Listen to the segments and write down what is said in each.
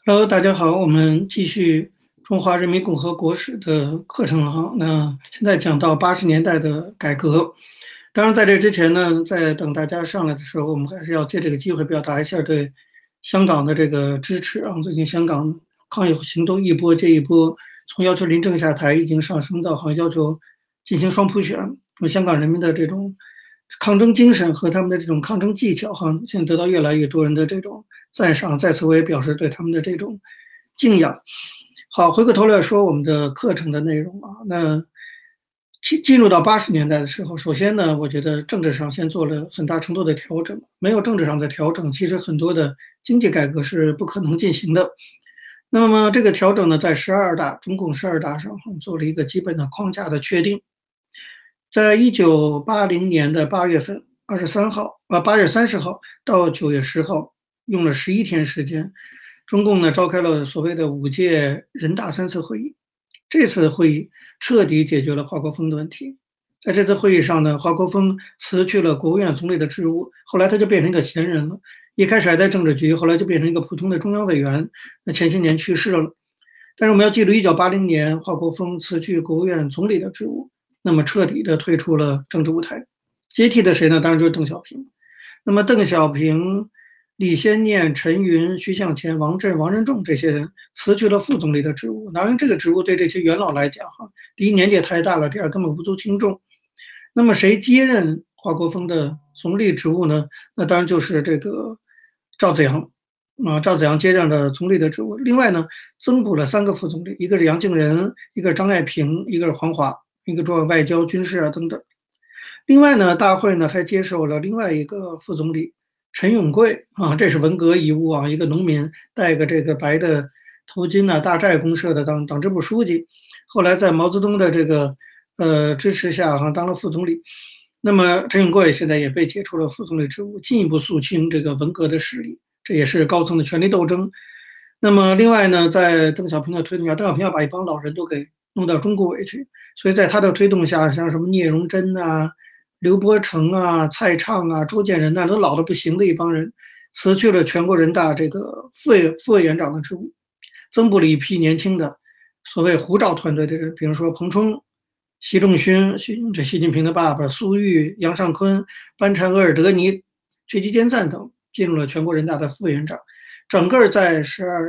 Hello，大家好，我们继续中华人民共和国史的课程哈。那现在讲到80年代的改革，当然在这之前呢，在等大家上来的时候，我们还是要借这个机会表达一下对香港的这个支持啊。最近香港抗议行动一波接一波，从要求林郑下台，已经上升到好像要求进行双普选。那么香港人民的这种抗争精神和他们的这种抗争技巧，哈，现在得到越来越多人的这种赞赏。在此，我也表示对他们的这种敬仰。好，回过头来说我们的课程的内容啊，那进入到80年代的时候，首先呢，我觉得政治上先做了很大程度的调整。没有政治上的调整，其实很多的经济改革是不可能进行的。那么这个调整呢，在中共十二大上做了一个基本的框架的确定。在1980年的8月23号，8月30号到9月10号，用了11天时间，中共呢召开了所谓的5届人大3次会议。这次会议彻底解决了华国锋的问题。在这次会议上呢，华国锋辞去了国务院总理的职务，后来他就变成一个闲人了。一开始还在政治局，后来就变成一个普通的中央委员。那前些年去世了。但是我们要记住，1980年华国锋辞去国务院总理的职务，那么彻底的退出了政治舞台。接替的谁呢？当然就是邓小平。那么邓小平、李先念、陈云、徐向前、王震、王任重这些人辞去了副总理的职务。当然，这个职务对这些元老来讲，第一年纪太大了，第二根本无足轻重。那么谁接任华国锋的总理职务呢？那当然就是这个赵紫阳。赵紫阳接任了总理的职务。另外呢，增补了3个副总理，一个是杨敬仁，一个是张爱萍，一个是黄华，一个做外交、军事等等。另外呢，大会呢还接受了另外一个副总理陈永贵这是文革遗物一个农民戴个这个白的头巾大寨公社的当党支部书记，后来在毛泽东的这个支持下当了副总理。那么陈永贵现在也被解除了副总理职务，进一步肃清这个文革的势力。这也是高层的权力斗争。那么另外呢，在邓小平的推动下，邓小平要把一帮老人都给弄到中顾委去，所以在他的推动下，像什么聂荣臻刘伯承蔡畅周建人都老得不行的一帮人，辞去了全国人大这个副委员长的职务，增补了一批年轻的所谓胡赵团队的人，比如说彭冲、习仲勋、习近平的爸爸苏玉、杨尚昆、班禅额尔德尼、垂基坚赞等。进入了全国人大的副委员长，整个在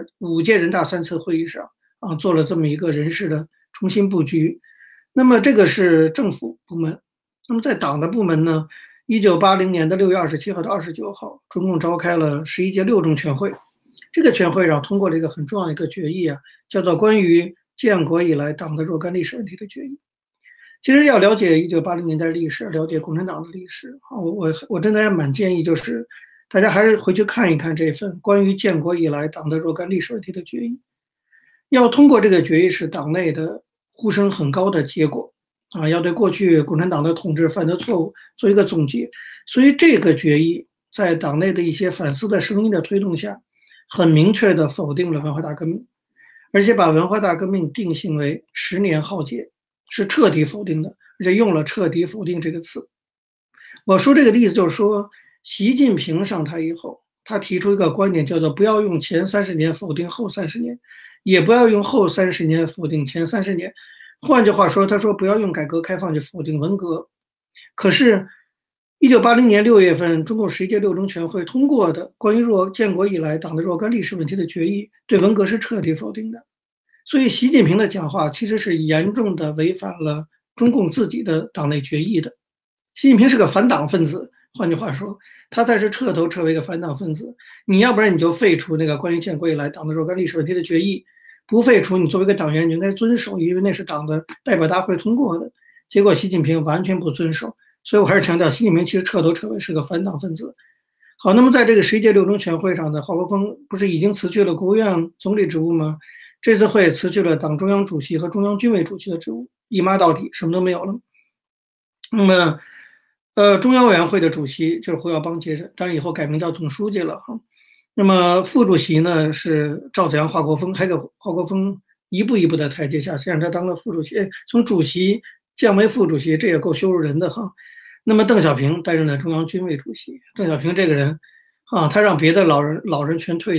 5届人大3次会议上做了这么一个人事的重新布局。那么这个是政府部门。那么在党的部门呢，1980年的6月27号到29号，中共召开了11届6中全会。这个全会上通过了一个很重要的一个决议叫做关于建国以来党的若干历史问题的决议。其实要了解1980年代历史，了解共产党的历史我真的还蛮建议就是大家还是回去看一看这份关于建国以来党的若干历史问题的决议。要通过这个决议是党内的呼声很高的结果要对过去共产党的统治犯的错误做一个总结。所以这个决议在党内的一些反思的声音的推动下，很明确地否定了文化大革命，而且把文化大革命定性为10年浩劫，是彻底否定的，而且用了彻底否定这个词。我说这个例子就是说，习近平上台以后，他提出一个观点，叫做不要用前30年否定后30年，也不要用后30年否定前30年。换句话说，他说不要用改革开放去否定文革。可是，1980年6月份，中共11届6中全会通过的关于建国以来党的若干历史问题的决议，对文革是彻底否定的。所以，习近平的讲话其实是严重的违反了中共自己的党内决议的。习近平是个反党分子。换句话说，他才是彻头彻尾的反党分子。你要不然你就废除那个关于建国以来党的若干历史问题的决议，不废除，你作为一个党员，你应该遵守，因为那是党的代表大会通过的。结果习近平完全不遵守，所以我还是强调，习近平其实彻头彻尾是个反党分子。好，那么在这个11届6中全会上的华国锋不是已经辞去了国务院总理职务吗？这次会辞去了党中央主席和中央军委主席的职务，一抹到底，什么都没有了。那么中央委员会的主席就是胡耀邦接任，当然以后改名叫总书记了那么副主席呢是赵紫阳、华国锋，还给华国锋一步一步的台阶下，先让他当了副主席，从主席降为副主席，这也够羞辱人的那么邓小平担任了中央军委主席。邓小平这个人他让别的老人全退掉，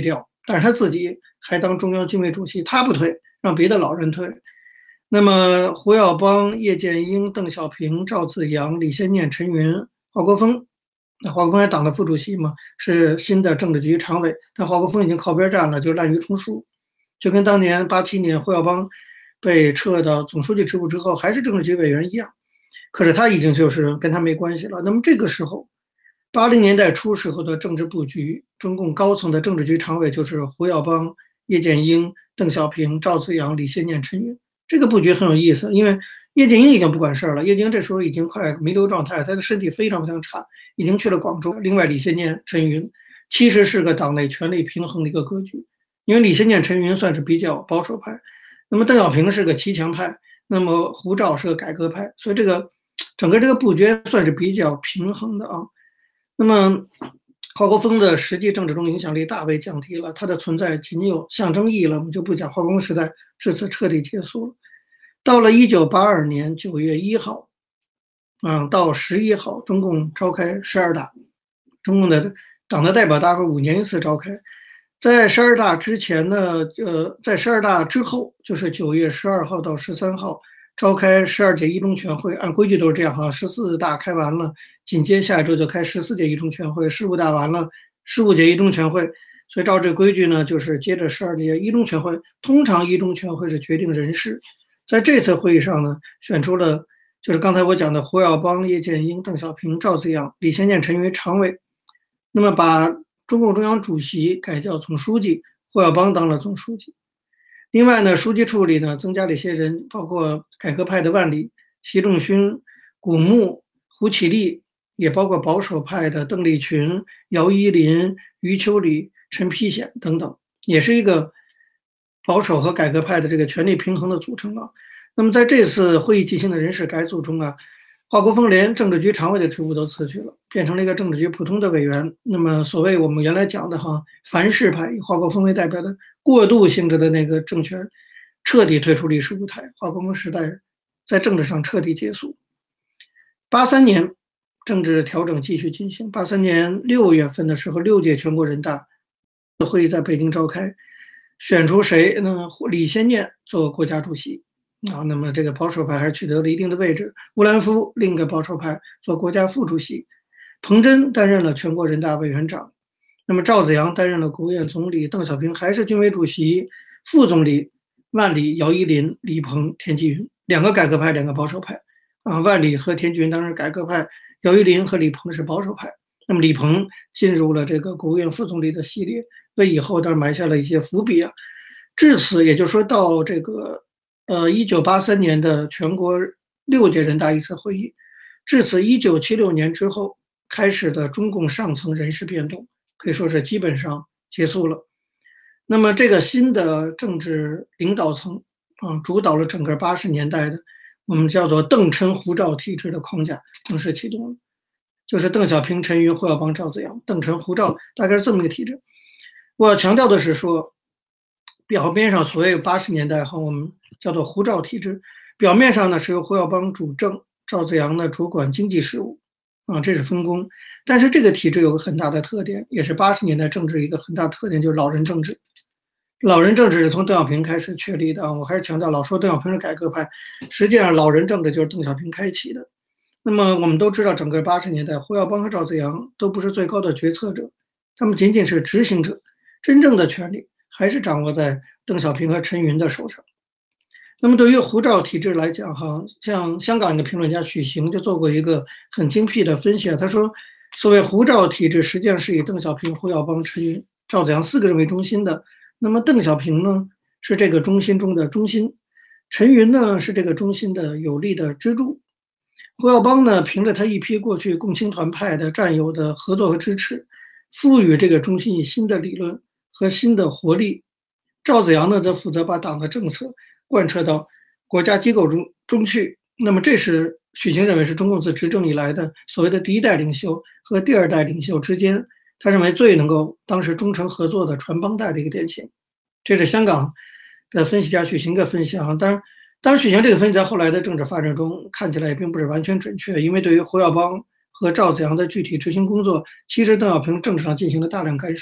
但是他自己还当中央军委主席，他不退，让别的老人退。那么胡耀邦、叶剑英、邓小平、赵紫阳、李先念、陈云、华国锋，那华国锋是党的副主席嘛，是新的政治局常委，但华国锋已经靠边站了，就滥竽充数，就跟当年87年胡耀邦被撤到总书记职务之后，还是政治局委员一样。可是他已经就是跟他没关系了。那么这个时候，80年代初时候的政治布局，中共高层的政治局常委就是胡耀邦、叶剑英、邓小平、赵紫阳、李先念、陈云。这个布局很有意思，因为叶剑英已经不管事儿了，叶剑英这时候已经快弥留状态，他的身体非常非常差，已经去了广州。另外，李先念、陈云其实是个党内权力平衡的一个格局，因为李先念、陈云算是比较保守派，那么邓小平是个骑墙派，那么胡赵是个改革派，所以这个整个这个布局算是比较平衡的啊。那么华国锋的实际政治中影响力大为降低了，他的存在仅有象征意义了，我们就不讲。华国锋时代至此彻底结束了。到了1982年9月1号，到11号，中共召开12大，中共的党的代表大会5年一次召开。在12大之前呢，在12大之后，就是9月12号到13号召开12届一中全会，按规矩都是这样哈，14大开完了，紧接下一周就开14届一中全会，15大完了，15届一中全会。所以照这个规矩呢，就是接着12届一中全会。通常一中全会是决定人事，在这次会议上呢，选出了就是刚才我讲的胡耀邦、叶剑英、邓小平、赵紫阳、李先念、陈云为常委。那么把中共中央主席改叫总书记，胡耀邦当了总书记。另外呢，书记处里呢增加了一些人，包括改革派的万里、习仲勋、古牧、胡启立，也包括保守派的邓丽群、姚依林、余秋里、陈丕显等等，也是一个保守和改革派的这个权力平衡的组成啊。那么在这次会议进行的人事改组中啊，华国锋连政治局常委的职务都辞去了，变成了一个政治局普通的委员。那么所谓我们原来讲的樊氏派，以华国锋为代表的过渡性质的那个政权，彻底退出历史舞台，华国锋时代在政治上彻底结束。83年政治调整继续进行。83年6月份的时候，6届全国人大会议在北京召开，选出谁呢？李先念做国家主席。那么这个保守派还取得了一定的位置。乌兰夫另一个保守派做国家副主席，彭真担任了全国人大委员长。那么赵紫阳担任了国务院总理，邓小平还是军委主席，副总理万里、姚依林、李鹏、田纪云，两个改革派，两个保守派。万里和田纪云当然是改革派，姚依林和李鹏是保守派。那么李鹏进入了这个国务院副总理的系列，为以后当然埋下了一些伏笔啊。至此，也就是说到这个1983年的全国6届人大一次会议，至此1976年之后开始的中共上层人事变动，可以说是基本上结束了。那么这个新的政治领导层主导了整个80年代的我们叫做邓陈胡赵体制的框架正式启动了，就是邓小平、陈云、胡耀邦、赵紫阳，邓陈胡赵大概是这么一个体制。我要强调的是说，表面上所谓80年代我们叫做胡赵体制，表面上呢是由胡耀邦主政，赵紫阳呢主管经济事务，这是分工。但是这个体制有个很大的特点，也是80年代政治一个很大的特点，就是老人政治。老人政治是从邓小平开始确立的我还是强调，老说邓小平是改革派，实际上老人政治就是邓小平开启的。那么我们都知道，整个80年代，胡耀邦和赵紫阳都不是最高的决策者，他们仅仅是执行者，真正的权力还是掌握在邓小平和陈云的手上。那么对于胡赵体制来讲像香港一个评论家许行就做过一个很精辟的分析他说，所谓胡赵体制实际上是以邓小平、胡耀邦、陈云、赵紫阳4个人为中心的。那么邓小平呢是这个中心中的中心，陈云呢是这个中心的有力的支柱，胡耀邦呢凭着他一批过去共青团派的战友的合作和支持，赋予这个中心以新的理论和新的活力。赵紫阳呢则负责把党的政策贯彻到国家机构中去。那么这是许行认为是中共自执政以来的所谓的第一代领袖和第二代领袖之间，他认为最能够当时忠诚合作的传帮带的一个典型。这是香港的分析家许行的分析当然许行这个分析在后来的政治发展中看起来也并不是完全准确，因为对于胡耀邦和赵紫阳的具体执行工作，其实邓小平政治上进行了大量干涉。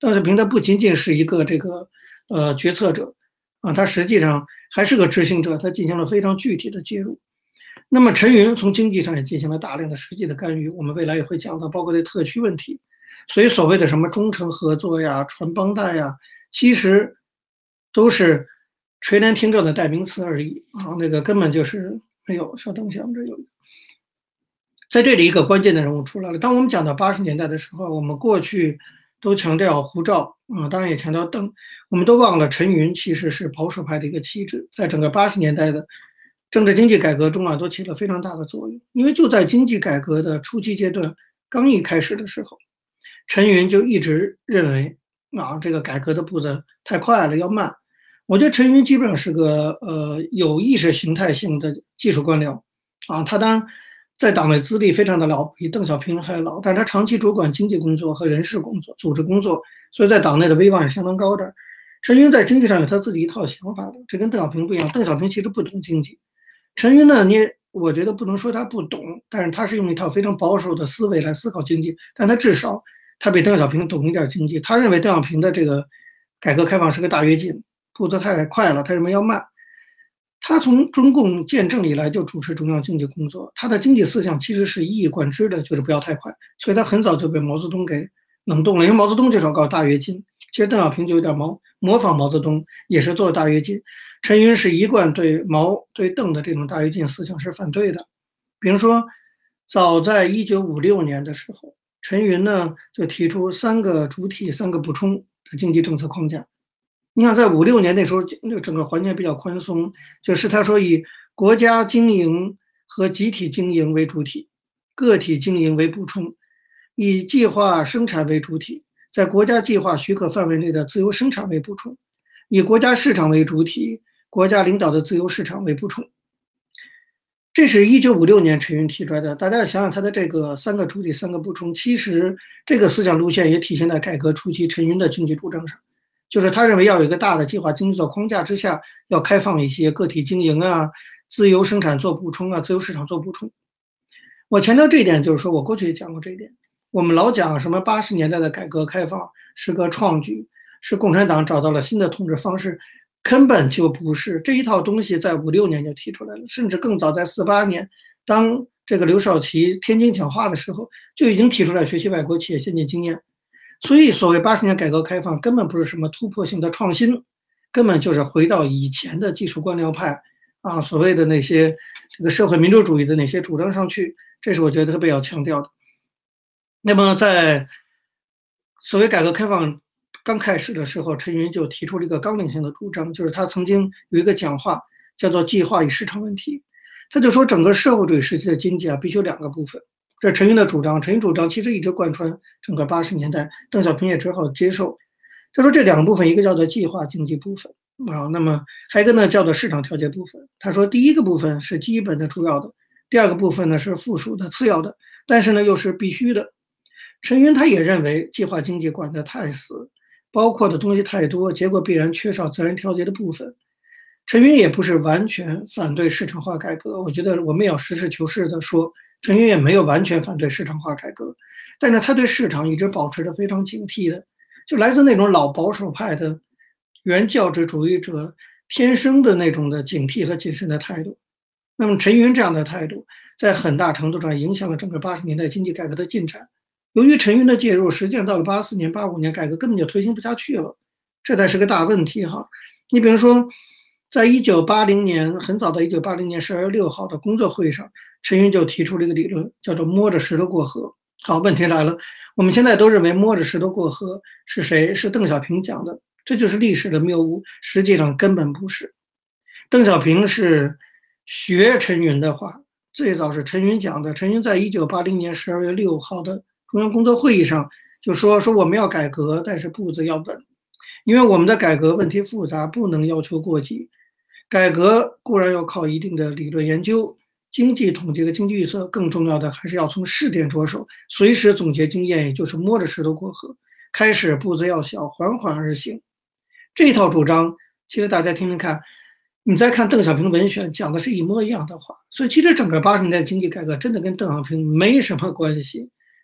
邓小平他不仅仅是一个决策者他实际上还是个执行者，他进行了非常具体的介入。那么陈云从经济上也进行了大量的实际的干预，我们未来也会讲到，包括对特区问题。所以所谓的什么忠诚合作呀、传帮带呀，其实都是垂帘听政的代名词而已那个根本就是没有。稍等一下，我们这有在这里一个关键的人物出来了。当我们讲到80年代的时候，我们过去都强调胡兆当然也强调邓，我们都忘了陈云其实是保守派的一个旗帜，在整个80年代的政治经济改革中都起了非常大的作用。因为就在经济改革的初期阶段刚一开始的时候，陈云就一直认为这个改革的步子太快了，要慢。我觉得陈云基本上是个有意识形态性的技术官僚他当然在党内资历非常的老，比邓小平还老，但是他长期主管经济工作和人事工作、组织工作，所以在党内的威望是相当高的。陈云在经济上有他自己一套想法的，这跟邓小平不一样。邓小平其实不懂经济，陈云呢，我觉得不能说他不懂，但是他是用一套非常保守的思维来思考经济，但他至少他比邓小平懂一点经济。他认为邓小平的这个改革开放是个大跃进，步子太快了，他认为要慢。他从中共建政以来就主持中央经济工作，他的经济思想其实是一以贯之的，就是不要太快。所以他很早就被毛泽东给冷冻了，因为毛泽东就是要搞大跃进。其实邓小平就有点模仿毛泽东，也是做大跃进。陈云是一贯对毛对邓的这种大跃进思想是反对的。比如说，早在1956年的时候，陈云呢就提出3个主体、3个补充的经济政策框架。你想，在56年那时候，整个环境比较宽松，就是他说以国家经营和集体经营为主体，个体经营为补充，以计划生产为主体，在国家计划许可范围内的自由生产为补充，以国家市场为主体，国家领导的自由市场为补充。这是1956年陈云提出来的。大家想想他的这个3个主体、3个补充，其实这个思想路线也体现在改革初期陈云的经济主张上。就是他认为要有一个大的计划经济的框架之下，要开放一些个体经营自由生产做补充自由市场做补充。我强调这一点，就是说我过去也讲过这一点。我们老讲什么80年代的改革开放是个创举，是共产党找到了新的统治方式，根本就不是。这一套东西在56年就提出来了，甚至更早，在48年，当这个刘少奇天津讲话的时候，就已经提出来学习外国企业先进经验。所以，所谓80年改革开放，根本不是什么突破性的创新，根本就是回到以前的技术官僚派所谓的那些这个社会民主主义的那些主张上去，这是我觉得特别要强调的。那么，在所谓改革开放刚开始的时候，陈云就提出了一个纲领性的主张，就是他曾经有一个讲话叫做"计划与市场问题"，他就说整个社会主义时期的经济必须有2个部分。这是陈云的主张，陈云主张其实一直贯穿整个80年代，邓小平也只好接受。他说这2个部分，一个叫做计划经济部分那么还有一个呢叫做市场调节部分。他说第一个部分是基本的主要的，第2个部分呢是附属的次要的，但是呢又是必须的。陈云他也认为计划经济管得太死，包括的东西太多，结果必然缺少自然调节的部分。陈云也不是完全反对市场化改革，我觉得我们也要实事求是的说，陈云也没有完全反对市场化改革，但是他对市场一直保持着非常警惕的，就来自那种老保守派的原教旨主义者天生的那种的警惕和谨慎的态度。那么陈云这样的态度，在很大程度上影响了整个80年代经济改革的进展。由于陈云的介入，实际上到了84年、85年，改革根本就推行不下去了，这才是个大问题哈。你比如说，在1980年，很早的1980年12月6号的工作会议上，陈云就提出了一个理论，叫做摸着石头过河。好，问题来了，我们现在都认为摸着石头过河是谁？是邓小平讲的，这就是历史的谬误，实际上根本不是。邓小平是学陈云的话，最早是陈云讲的。陈云在1980年12月6号的中央工作会议上就说我们要改革，但是步子要稳，因为我们的改革问题复杂，不能要求过急。改革固然要靠一定的理论研究、经济统计和经济预测，更重要的还是要从试点着手，随时总结经验，也就是摸着石头过河。开始步子要小，缓缓而行。这一套主张，其实大家听听看，你再看邓小平文选，讲的是一模一样的话。所以其实整个80年代经济改革真的跟邓小平没什么关系。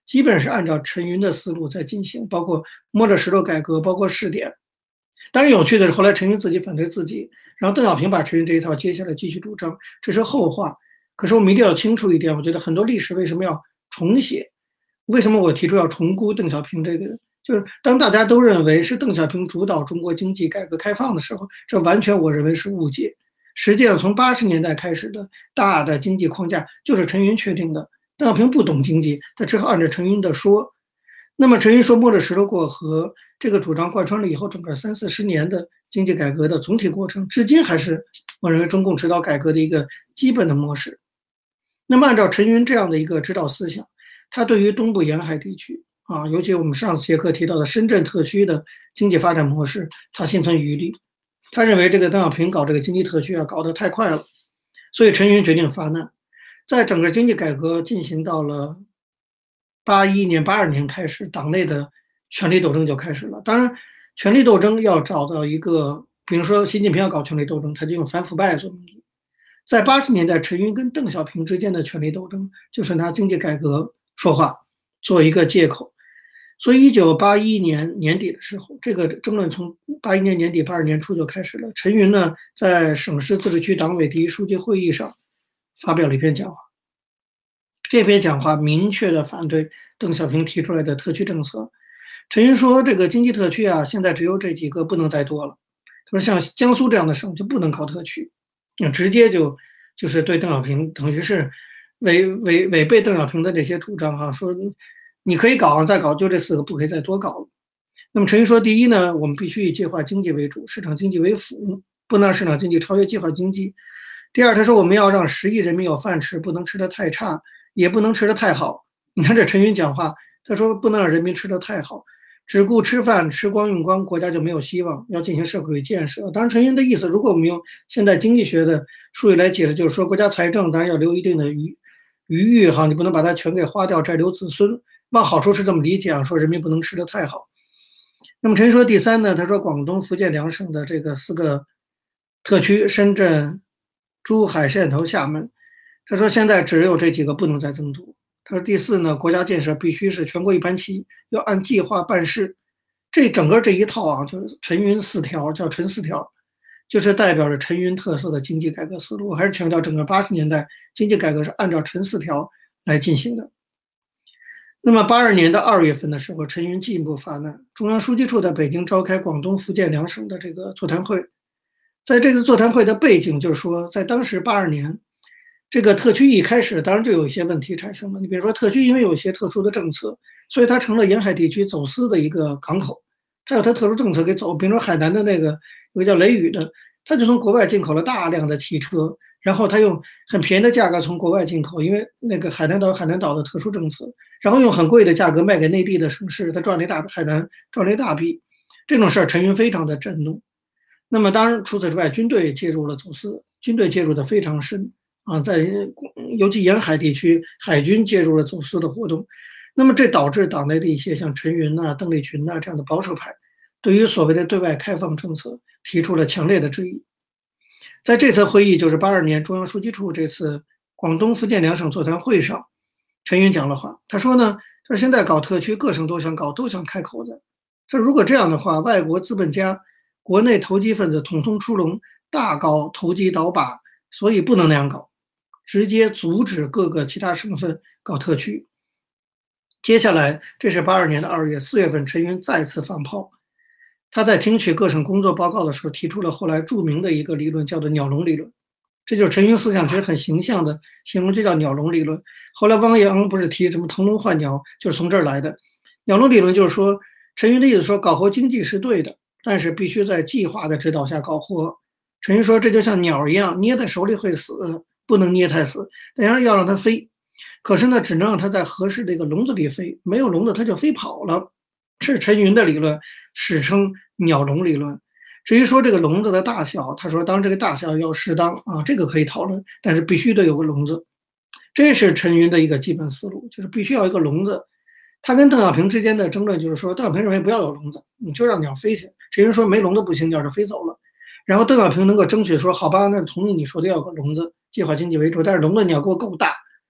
基本是按照陈云的思路在进行，包括摸着石头改革，包括试点。当然有趣的是，后来陈云自己反对自己，然后邓小平把陈云这一套接下来继续主张，这是后话。可是我们一定要清楚一点，我觉得很多历史为什么要重写？为什么我提出要重估邓小平这个？就是当大家都认为是邓小平主导中国经济改革开放的时候，这完全我认为是误解。实际上，从80年代开始的大的经济框架就是陈云确定的。邓小平不懂经济，他只好按照陈云的说。那么陈云说摸着石头过河这个主张贯穿了以后整个30-40年的经济改革的总体过程，至今还是我认为中共指导改革的一个基本的模式。那么按照陈云这样的一个指导思想，他对于东部沿海地区尤其我们上次节课提到的深圳特区的经济发展模式，他心存余力。他认为这个邓小平搞这个经济特区搞得太快了，所以陈云决定发难。在整个经济改革进行到了81年、82年开始，党内的权力斗争就开始了。当然，权力斗争要找到一个，比如说习近平要搞权力斗争，他就用反腐败做目的。在80年代，陈云跟邓小平之间的权力斗争，就是拿经济改革说话，做一个借口。所以1981年年底的时候，这个争论从81年年底、82年初就开始了。陈云呢，在省市自治区党委第一书记会议上发表了一篇讲话。这篇讲话明确的反对邓小平提出来的特区政策。陈云说，这个经济特区现在只有这几个，不能再多了。他说，像江苏这样的省就不能搞特区。直接就是对邓小平等于是违背邓小平的这些主张说你可以搞再搞，就这4个，不可以再多搞了。那么陈云说，第一呢，我们必须以计划经济为主，市场经济为辅，不能让市场经济超越计划经济。第二，他说我们要让10亿人民有饭吃，不能吃得太差，也不能吃得太好。你看这陈云讲话，他说不能让人民吃得太好，只顾吃饭吃光用光，国家就没有希望，要进行社会主义建设。当然，陈云的意思，如果我们用现代经济学的术语来解释，就是说国家财政当然要留一定的余裕你不能把它全给花掉，债留子孙。往好处是这么理解说人民不能吃得太好。那么陈云说，第三呢，他说广东、福建2省的这个4个特区，深圳、珠海、汕头、厦门，他说现在只有这几个，不能再增多。他说第四呢，国家建设必须是全国一盘棋，要按计划办事。这整个这一套就是陈云4条，叫陈4条，就是代表着陈云特色的经济改革思路。我还是强调，整个80年代经济改革是按照陈4条来进行的。那么82年的2月份的时候，陈云进一步发难，中央书记处在北京召开广东、福建2省的这个座谈会。在这个座谈会的背景就是说，在当时82年，这个特区一开始当然就有一些问题产生了。你比如说，特区因为有一些特殊的政策，所以它成了沿海地区走私的一个港口。它有它特殊政策给走，比如说海南的那个有个叫雷雨的，它就从国外进口了大量的汽车，然后它用很便宜的价格从国外进口，因为那个海南岛的特殊政策，然后用很贵的价格卖给内地的省市，他海南赚了一大笔。这种事儿陈云非常的震怒。那么当然除此之外，军队介入了走私，军队介入的非常深在尤其沿海地区，海军介入了走私的活动。那么这导致党内的一些像陈云邓丽群这样的保守派，对于所谓的对外开放政策提出了强烈的质疑。在这次会议，就是82年中央书记处这次广东、福建2省座谈会上，陈云讲了话。他说呢，他说现在搞特区，各省都想搞，都想开口子。他说如果这样的话，外国资本家、国内投机分子统统出笼，大搞投机倒把，所以不能那样搞，直接阻止各个其他省份搞特区。接下来，这是82年的2月，4月份，陈云再次放炮。他在听取各省工作报告的时候，提出了后来著名的一个理论，叫做鸟笼理论。这就是陈云思想其实很形象的形容，就叫鸟笼理论。后来汪洋不是提什么腾笼换鸟，就是从这儿来的。鸟笼理论就是说，陈云的意思说，搞活经济是对的，但是必须在计划的指导下搞活。陈云说，这就像鸟一样，捏在手里会死，不能捏太死，但是要让它飞。可是呢，只能让它在合适的一个笼子里飞，没有笼子它就飞跑了。这是陈云的理论，史称鸟笼理论。至于说这个笼子的大小，他说当这个大小要适当这个可以讨论，但是必须得有个笼子。这是陈云的一个基本思路，就是必须要一个笼子。他跟邓小平之间的争论就是说，邓小平认为不要有笼子，你就让鸟飞去。陈云说没笼子不行，鸟就飞走了。然后邓小平能够争取说，好吧，那同意你说的要有个笼子，计划经济为主，但是笼子你要给我够大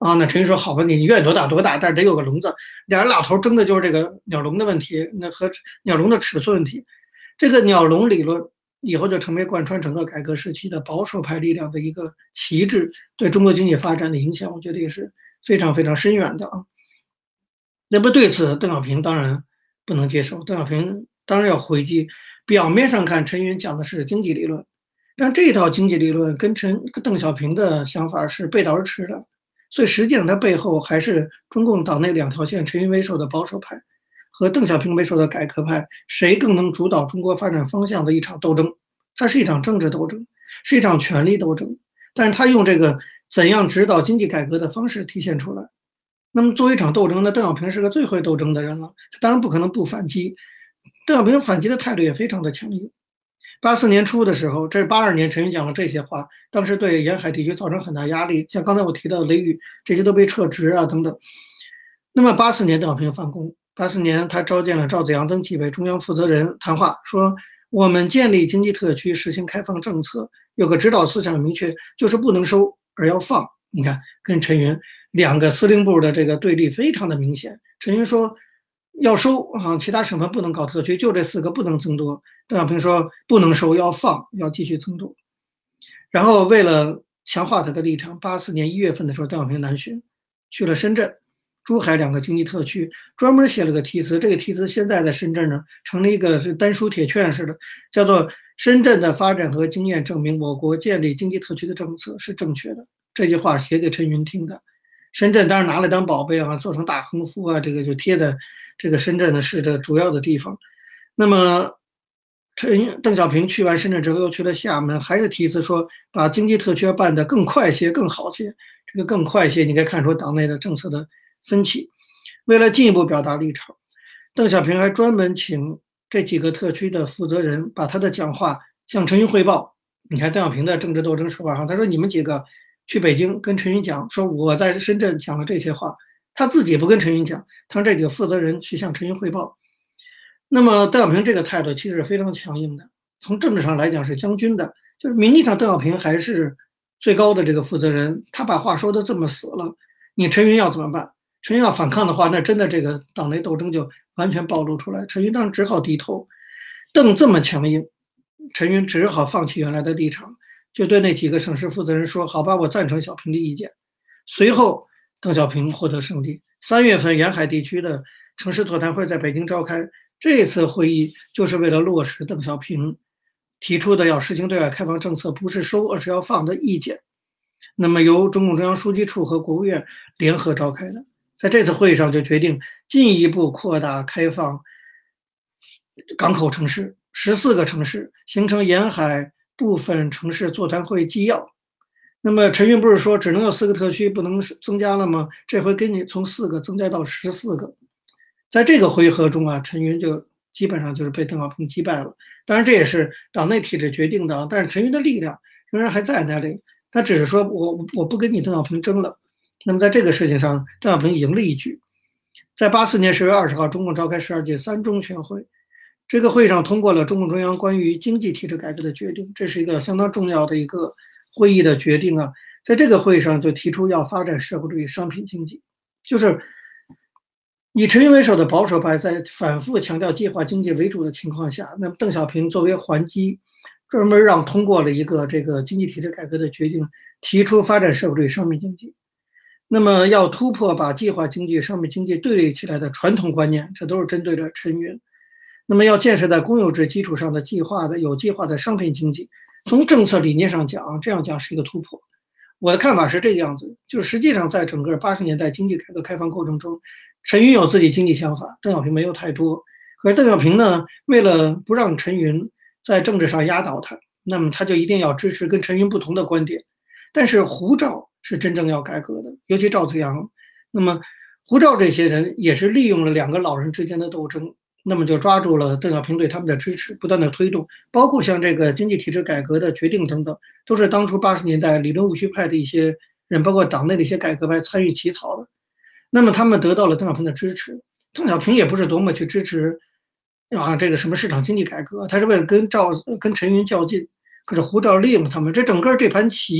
啊。那陈云说好吧，你愿多大多大，但是得有个笼子。俩人老头争的就是这个鸟笼的问题，那和鸟笼的尺寸问题。这个鸟笼理论以后就成为贯穿整个改革时期的保守派力量的一个旗帜，对中国经济发展的影响，我觉得也是非常非常深远的啊。那么对此，邓小平当然不能接受。邓小平当然要回击。表面上看，陈云讲的是经济理论，但这套经济理论跟邓小平的想法是背道而驰的。所以实际上，它背后还是中共党内两条线：陈云为首的保守派和邓小平为首的改革派，谁更能主导中国发展方向的一场斗争。它是一场政治斗争，是一场权力斗争。但是他用这个怎样指导经济改革的方式体现出来。那么作为一场斗争呢，邓小平是个最会斗争的人了，他当然不可能不反击。邓小平反击的态度也非常的强硬。84年初的时候，这是82年陈云讲了这些话，当时对沿海地区造成很大压力，像刚才我提到的雷雨，这些都被撤职啊等等。那么84年邓小平反攻，84年他召见了赵子阳等几位中央负责人谈话，说我们建立经济特区，实行开放政策，有个指导思想明确，就是不能收而要放。你看，跟陈云两个司令部的这个对立非常的明显。陈云说要收啊，其他省份不能搞特区，就这4个不能增多。邓小平说不能收，要放，要继续增多。然后为了强化他的立场，84年1月份的时候，邓小平南巡，去了深圳、珠海2个经济特区，专门写了个题词。这个题词现在在深圳呢，成了一个是单书铁券似的，叫做“深圳的发展和经验证明，我国建立经济特区的政策是正确的”。这句话写给陈云听的。深圳当然拿来当宝贝啊，做成大横幅啊，这个就贴在这个深圳的市的主要的地方。那么邓小平去完深圳之后，又去了厦门，还是题词说把经济特区要办得更快些、更好些。这个更快些，你可以看出党内的政策的分歧。为了进一步表达立场，邓小平还专门请这几个特区的负责人把他的讲话向陈云汇报。你看邓小平的政治斗争手法上，他说你们几个去北京跟陈云讲，说我在深圳讲了这些话，他自己不跟陈云讲，他让这几个负责人去向陈云汇报。那么邓小平这个态度其实是非常强硬的，从政治上来讲是将军的，就是名义上邓小平还是最高的这个负责人，他把话说的这么死了，你陈云要怎么办？陈云要反抗的话，那真的这个党内斗争就完全暴露出来。陈云当时只好低头。邓这么强硬，陈云只好放弃原来的立场，就对那几个省市负责人说：“好吧，我赞成小平的意见。”随后，邓小平获得胜利。3月份，沿海地区的城市座谈会在北京召开。这次会议就是为了落实邓小平提出的要实行对外开放政策，不是收而是要放的意见。那么由中共中央书记处和国务院联合召开的。在这次会议上就决定进一步扩大开放港口城市14个城市，形成沿海部分城市座谈会纪要。那么陈云不是说只能有4个特区，不能增加了吗？这回给你从4个增加到14个。在这个回合中啊，陈云就基本上就是被邓小平击败了。当然这也是党内体制决定的，但是陈云的力量仍然还在那里。他只是说我不跟你邓小平争了。那么在这个事情上，邓小平赢了一局。在84年10月20号，中共召开12届3中全会，这个会上通过了中共中央关于经济体制改革的决定，这是一个相当重要的一个会议的决定啊。在这个会上就提出要发展社会主义商品经济，就是以陈云为首的保守派在反复强调计划经济为主的情况下，那么邓小平作为还击，专门让通过了一个这个经济体制改革的决定，提出发展社会主义商品经济。那么要突破把计划经济、商品经济对立起来的传统观念，这都是针对着陈云。那么要建设在公有制基础上的有计划的商品经济，从政策理念上讲，这样讲是一个突破。我的看法是这个样子，就是实际上在整个80年代经济改革开放过程中，陈云有自己经济想法，邓小平没有太多。而邓小平呢，为了不让陈云在政治上压倒他，那么他就一定要支持跟陈云不同的观点。但是胡赵是真正要改革的，尤其赵紫阳。那么胡赵这些人也是利用了2个老人之间的斗争，那么就抓住了邓小平对他们的支持，不断的推动，包括像这个经济体制改革的决定等等，都是当初80年代理论务虚派的一些人，包括党内的一些改革派参与起草的。那么他们得到了邓小平的支持。邓小平也不是多么去支持这个什么市场经济改革，他是为了跟陈云较劲。可是胡赵利用他们，这整个这盘棋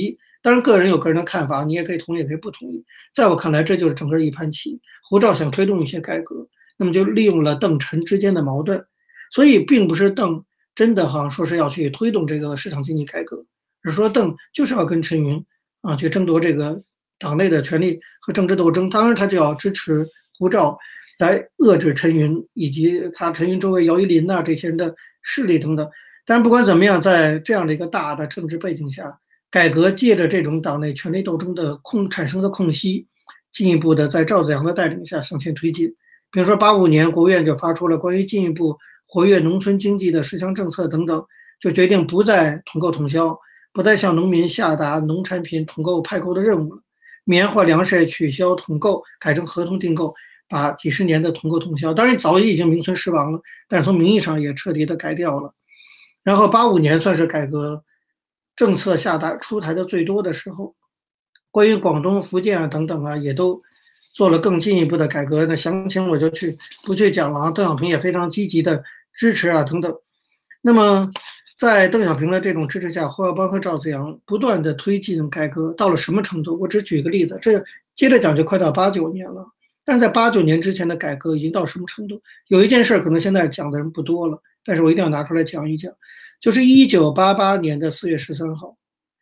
当然，个人有个人的看法，你也可以同意，也可以不同意。在我看来，这就是整个一盘棋。胡照想推动一些改革，那么就利用了邓陈之间的矛盾，所以并不是邓真的好像说是要去推动这个市场经济改革，而是说邓就是要跟陈云去争夺这个党内的权力和政治斗争。当然，他就要支持胡照来遏制陈云以及他陈云周围姚依林这些人的势力等等。但是不管怎么样，在这样的一个大的政治背景下，改革借着这种党内权力斗争的产生的空隙，进一步的在赵子阳的带领下向前推进。比如说85年，国务院就发出了关于进一步活跃农村经济的10项政策等等，就决定不再统购统销，不再向农民下达农产品统购派购的任务了。棉花粮食取消统购，改成合同订购，把几十年的统购统销，当然早已经名存实亡了，但是从名义上也彻底的改掉了。然后85年算是改革政策出台的最多的时候，关于广东、福建等等也都做了更进一步的改革。那详情我就不去讲了邓小平也非常积极的支持等等。那么在邓小平的这种支持下，胡耀邦和赵紫阳不断的推进改革，到了什么程度？我只举个例子，这接着讲就快到89年了。但是在89年之前的改革已经到什么程度？有一件事可能现在讲的人不多了，但是我一定要拿出来讲一讲，就是1988年4月13号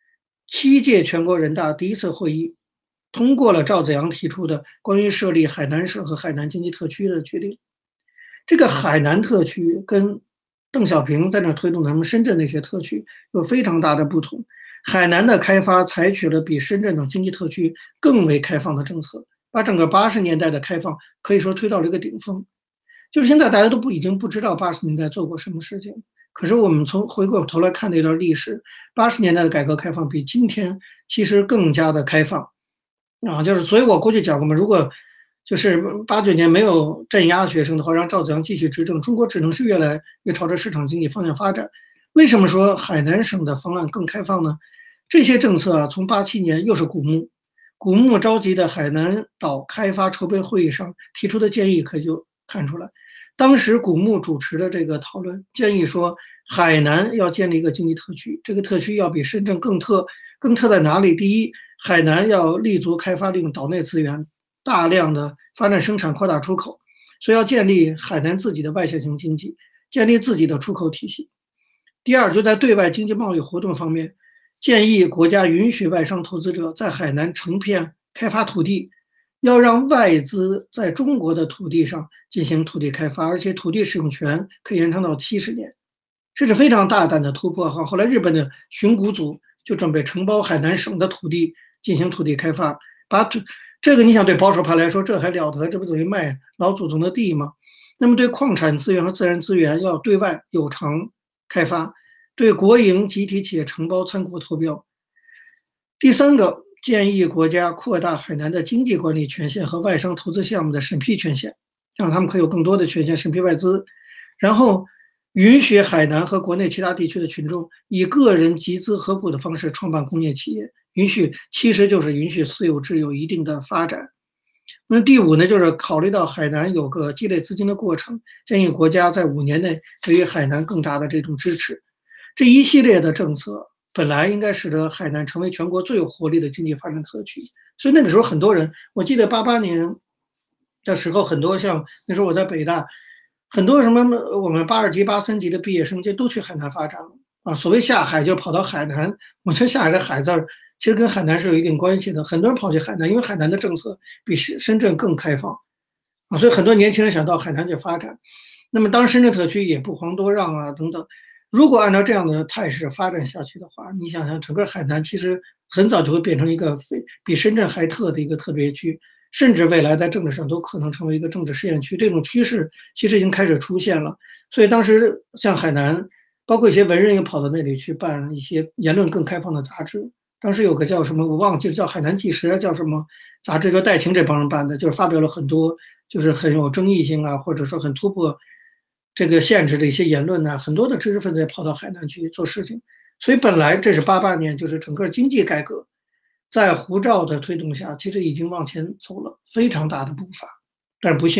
，7届全国人大第一次会议通过了赵紫阳提出的关于设立海南省和海南经济特区的决定。这个海南特区跟邓小平在那推动的什么深圳那些特区有非常大的不同。海南的开发采取了比深圳等经济特区更为开放的政策，把整个80年代的开放可以说推到了一个顶峰。就是现在大家都已经不知道80年代做过什么事情，可是我们从回过头来看那段历史，80年代的改革开放比今天其实更加的开放就是所以我过去讲过嘛，如果就是89年没有镇压学生的话，让赵紫阳继续执政，中国只能是越来越朝着市场经济方向发展。为什么说海南省的方案更开放呢？这些政策从87年又是古牧召集的海南岛开发筹备会议上提出的建议，可以就看出来。当时古牧主持的这个讨论建议说，海南要建立一个经济特区，这个特区要比深圳更特在哪里？第一，海南要立足开发利用岛内资源，大量的发展生产，扩大出口，所以要建立海南自己的外向型经济，建立自己的出口体系。第二，就在对外经济贸易活动方面，建议国家允许外商投资者在海南成片开发土地，要让外资在中国的土地上进行土地开发，而且土地使用权可以延长到70年，这是非常大胆的突破。后来日本的熊谷组就准备承包海南省的土地进行土地开发，这个你想对保守派来说这还了得，这不等于卖老祖宗的地吗？那么对矿产资源和自然资源要对外有偿开发，对国营集体企业承包参股投标。第三个，建议国家扩大海南的经济管理权限和外商投资项目的审批权限，让他们可以有更多的权限审批外资，然后允许海南和国内其他地区的群众以个人集资合股的方式创办工业企业，其实就是允许私有制有一定的发展。那第五呢，就是考虑到海南有个积累资金的过程，建议国家在5年内给予海南更大的这种支持。这一系列的政策本来应该使得海南成为全国最有活力的经济发展特区，所以那个时候很多人，我记得88年的时候，很多像那时候我在北大，很多什么我们82级、83级的毕业生就都去海南发展了所谓下海就跑到海南，我觉得下海的海字其实跟海南是有一定关系的。很多人跑去海南，因为海南的政策比深圳更开放所以很多年轻人想到海南去发展。那么当深圳特区也不遑多让等等。如果按照这样的态势发展下去的话，你想想，整个海南其实很早就会变成一个比深圳还特的一个特别区，甚至未来在政治上都可能成为一个政治试验区。这种趋势其实已经开始出现了。所以当时像海南，包括一些文人也跑到那里去办一些言论更开放的杂志。当时有个叫什么我忘记了，叫《海南纪实》叫什么杂志，就戴晴这帮人办的，就是发表了很多就是很有争议性或者说很突破这个限制的一些言论很多的知识分子也跑到海南去做事情。所以本来这是88年，就是整个经济改革在胡照的推动下，其实已经往前走了非常大的步伐。但是不幸，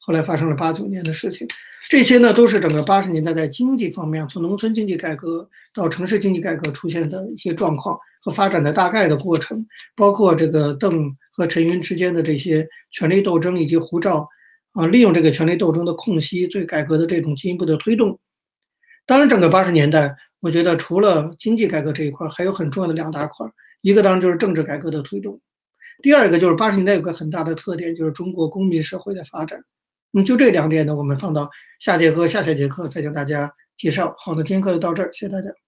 后来发生了89年的事情。这些呢，都是整个80年代在经济方面，从农村经济改革到城市经济改革出现的一些状况和发展的大概的过程，包括这个邓和陈云之间的这些权力斗争，以及胡兆利用这个权力斗争的空隙，对改革的这种进一步的推动。当然，整个80年代，我觉得除了经济改革这一块，还有很重要的2大块，一个当然就是政治改革的推动，第二个就是80年代有个很大的特点，就是中国公民社会的发展。就这2点呢，我们放到下节课、下下节课再向大家介绍。好的，今天课就到这儿，谢谢大家。